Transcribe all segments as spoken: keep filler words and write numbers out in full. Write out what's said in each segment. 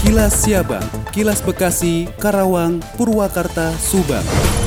Kilas Siabang, Kilas Bekasi, Karawang, Purwakarta, Subang.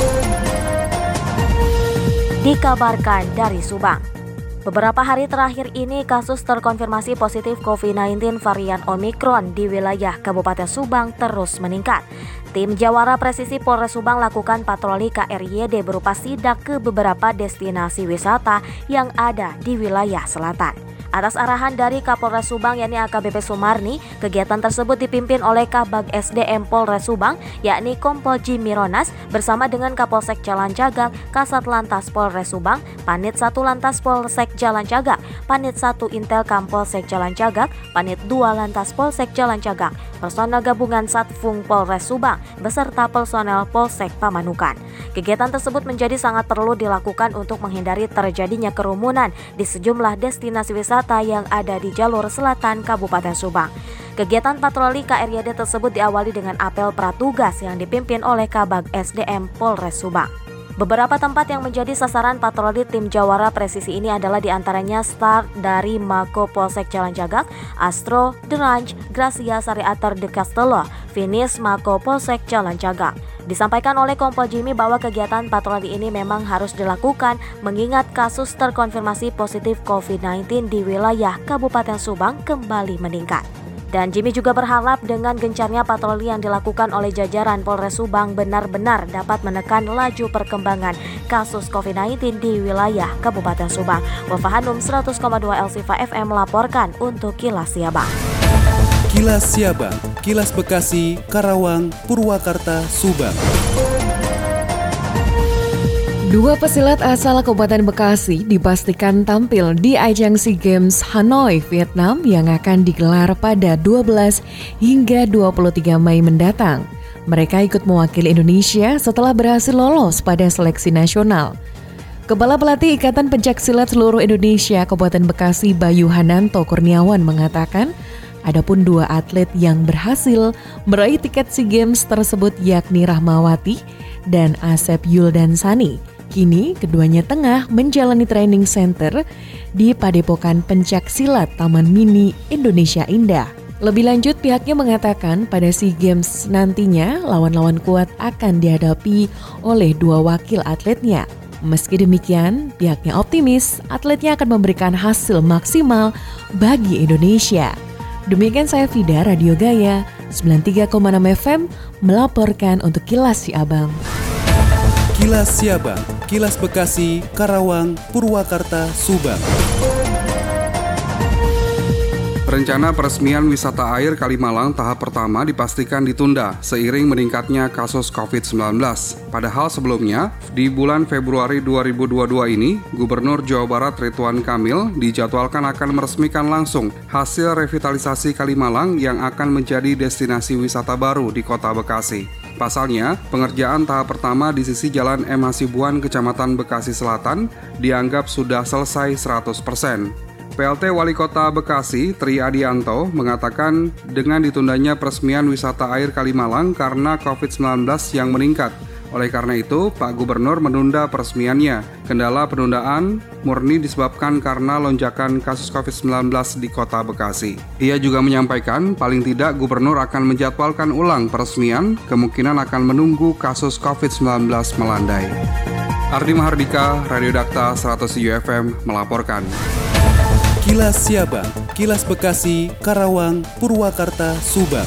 Dikabarkan dari Subang. Beberapa hari terakhir ini kasus terkonfirmasi positif covid sembilan belas varian Omikron di wilayah Kabupaten Subang terus meningkat. Tim Jawara Presisi Polres Subang lakukan patroli K R Y D berupa sidak ke beberapa destinasi wisata yang ada di wilayah selatan. Atas arahan dari Kapolres Subang yakni A K B P Sumarni, kegiatan tersebut dipimpin oleh Kabag S D M Polres Subang yakni Kompol Jimmy Ronas bersama dengan Kapolsek Jalan Cagak, Kasat Lantas Polres Subang, Panit satu Lantas Polsek Jalan Cagak, Panit satu Intel Kampolsek Jalan Cagak, Panit dua Lantas Polsek Jalan Cagak, personel gabungan Satfung Polres Subang beserta personel Polsek Pamanukan. Kegiatan tersebut menjadi sangat perlu dilakukan untuk menghindari terjadinya kerumunan di sejumlah destinasi wisata yang ada di jalur selatan Kabupaten Subang. Kegiatan patroli K R Y D tersebut diawali dengan apel pratugas yang dipimpin oleh Kabag S D M Polres Subang. Beberapa tempat yang menjadi sasaran patroli tim Jawara Presisi ini adalah diantaranya start dari Mako Polsek Jalan Cagak, Astro, The Ranch, Gracia Sariater de Castello, finish Mako Polsek Jalan Cagak. Disampaikan oleh Kompol Jimmy bahwa kegiatan patroli ini memang harus dilakukan mengingat kasus terkonfirmasi positif covid sembilan belas di wilayah Kabupaten Subang kembali meningkat. Dan Jimmy juga berharap dengan gencarnya patroli yang dilakukan oleh jajaran Polres Subang benar-benar dapat menekan laju perkembangan kasus covid sembilan belas di wilayah Kabupaten Subang. Wafa Hanum seratus koma dua Elsifa F M melaporkan untuk Kilas Siabang. Kilas Siabang, Kilas Bekasi, Karawang, Purwakarta, Subang. Dua pesilat asal Kabupaten Bekasi dipastikan tampil di ajang SEA Games Hanoi, Vietnam yang akan digelar pada dua belas hingga dua puluh tiga Mei mendatang. Mereka ikut mewakili Indonesia setelah berhasil lolos pada seleksi nasional. Kepala Pelatih Ikatan Pencaksilat Seluruh Indonesia Kabupaten Bekasi Bayu Hananto Kurniawan mengatakan, adapun dua atlet yang berhasil meraih tiket SEA Games tersebut yakni Rahmawati dan Asep Yuldansani. Kini keduanya tengah menjalani training center di Padepokan Pencaksilat Taman Mini Indonesia Indah. Lebih lanjut pihaknya mengatakan pada SEA Games nantinya lawan-lawan kuat akan dihadapi oleh dua wakil atletnya. Meski demikian, pihaknya optimis atletnya akan memberikan hasil maksimal bagi Indonesia. Demikian saya Fida, Radio Gaya sembilan puluh tiga koma enam F M melaporkan untuk Kilas Siabang. Kilas Siabang, Kilas Bekasi, Karawang, Purwakarta, Subang. Rencana peresmian wisata air Kalimalang tahap pertama dipastikan ditunda seiring meningkatnya kasus covid sembilan belas. Padahal sebelumnya, di bulan Februari dua ribu dua puluh dua ini, Gubernur Jawa Barat Ridwan Kamil dijadwalkan akan meresmikan langsung hasil revitalisasi Kalimalang yang akan menjadi destinasi wisata baru di Kota Bekasi. Pasalnya, pengerjaan tahap pertama di sisi Jalan M. Hasibuan, Kecamatan Bekasi Selatan, dianggap sudah selesai seratus persen. P L T Wali Kota Bekasi, Tri Adianto, mengatakan dengan ditundanya peresmian wisata air Kalimalang karena covid sembilan belas yang meningkat. Oleh karena itu, Pak Gubernur menunda peresmiannya. Kendala penundaan murni disebabkan karena lonjakan kasus covid sembilan belas di Kota Bekasi. Ia juga menyampaikan paling tidak Gubernur akan menjadwalkan ulang peresmian, kemungkinan akan menunggu kasus covid sembilan belas melandai. Ardi Mahardika, Radio Dakta seratus tujuh F M melaporkan. Kilas Siabang, Kilas Bekasi, Karawang, Purwakarta, Subang.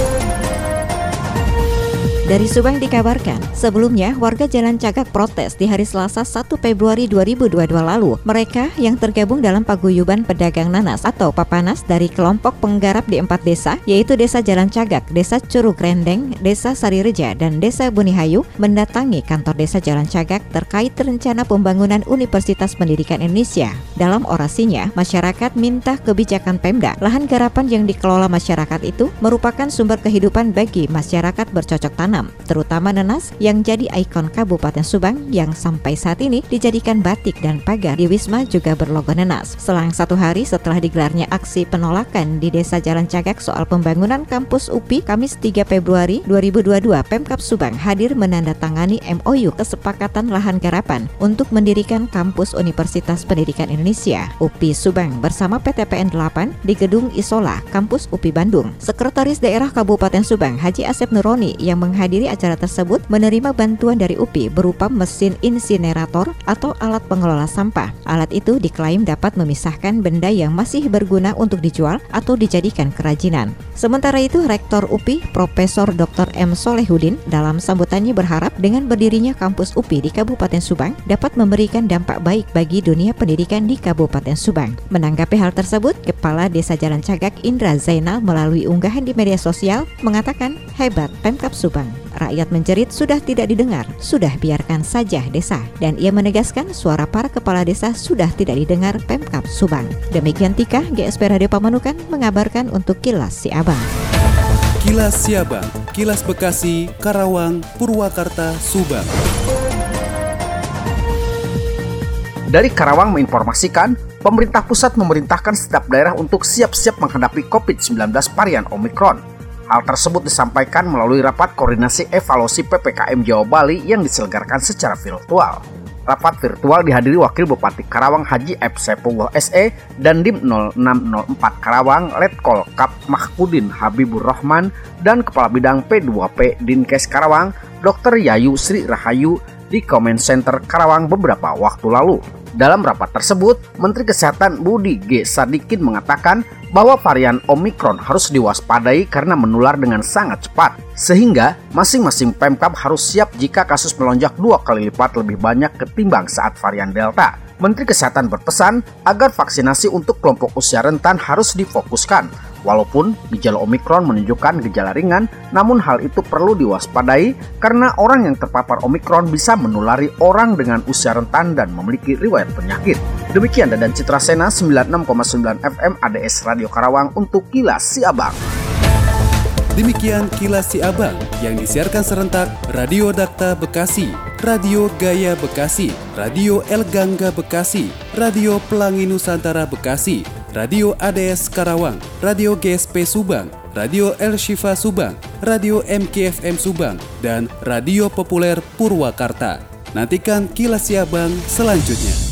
Dari Subang dikabarkan, sebelumnya warga Jalan Cagak protes di hari Selasa satu Februari dua ribu dua puluh dua lalu. Mereka yang tergabung dalam Paguyuban Pedagang Nanas atau Papanas dari kelompok penggarap di empat desa, yaitu Desa Jalan Cagak, Desa Curug Rendeng, Desa Sarireja, dan Desa Bunihayu, mendatangi kantor Desa Jalan Cagak terkait rencana pembangunan Universitas Pendidikan Indonesia. Dalam orasinya, masyarakat minta kebijakan Pemda. Lahan garapan yang dikelola masyarakat itu merupakan sumber kehidupan bagi masyarakat bercocok tanam. enam, terutama nanas yang jadi ikon Kabupaten Subang yang sampai saat ini dijadikan batik dan pagar di Wisma juga berlogo nanas. Selang satu hari setelah digelarnya aksi penolakan di Desa Jalan Cagak soal pembangunan kampus U P I, Kamis tiga Februari dua ribu dua puluh dua, Pemkab Subang hadir menandatangani M O U kesepakatan lahan garapan untuk mendirikan kampus Universitas Pendidikan Indonesia U P I Subang bersama P T P N delapan di Gedung Isola, Kampus U P I Bandung. Sekretaris Daerah Kabupaten Subang, Haji Asep Nuroni, yang menghadiri acara tersebut menerima bantuan dari U P I berupa mesin insinerator atau alat pengelola sampah. Alat itu diklaim dapat memisahkan benda yang masih berguna untuk dijual atau dijadikan kerajinan. Sementara itu, Rektor U P I, Profesor Doktor M. Solehudin, dalam sambutannya berharap dengan berdirinya kampus U P I di Kabupaten Subang dapat memberikan dampak baik bagi dunia pendidikan di Kabupaten Subang. Menanggapi hal tersebut, Kepala Desa Jalan Cagak Indra Zainal melalui unggahan di media sosial mengatakan, hebat Pemkab Subang. Rakyat menjerit sudah tidak didengar, sudah biarkan saja desa. Dan ia menegaskan suara para kepala desa sudah tidak didengar Pemkab Subang. Demikian Tika, G S P Radio Pamanukan mengabarkan untuk Kilas Siabang. Kilas Siabang, Kilas Bekasi, Karawang, Purwakarta, Subang. Dari Karawang menginformasikan, pemerintah pusat memerintahkan setiap daerah untuk siap-siap menghadapi covid sembilan belas varian Omikron. Hal tersebut disampaikan melalui rapat koordinasi evaluasi P P K M Jawa Bali yang diselenggarakan secara virtual. Rapat virtual dihadiri Wakil Bupati Karawang Haji F. Saipullah S E dan Dim nol enam nol empat Karawang Letkol Kap Mahmudin Habibur Rahman dan Kepala Bidang P dua P Dinkes Karawang Dokter Yayu Sri Rahayu di Comment Center Karawang beberapa waktu lalu. Dalam rapat tersebut, Menteri Kesehatan Budi G. Sadikin mengatakan bahwa varian Omikron harus diwaspadai karena menular dengan sangat cepat, sehingga masing-masing Pemkab harus siap jika kasus melonjak dua kali lipat lebih banyak ketimbang saat varian Delta. Menteri Kesehatan berpesan agar vaksinasi untuk kelompok usia rentan harus difokuskan. Walaupun gejala Omikron menunjukkan gejala ringan, namun hal itu perlu diwaspadai karena orang yang terpapar Omikron bisa menulari orang dengan usia rentan dan memiliki riwayat penyakit. Demikian Dadan Citra Sena sembilan puluh enam koma sembilan F M A D S Radio Karawang untuk Kilas Siabang. Demikian Kilas Siabang yang disiarkan serentak Radio Dakta Bekasi, Radio Gaya Bekasi, Radio El Gangga Bekasi, Radio Pelangi Nusantara Bekasi, Radio A D S Karawang, Radio G S P Subang, Radio El Shifa Subang, Radio M K F M Subang, dan Radio Populer Purwakarta. Nantikan Kilas Siabang selanjutnya.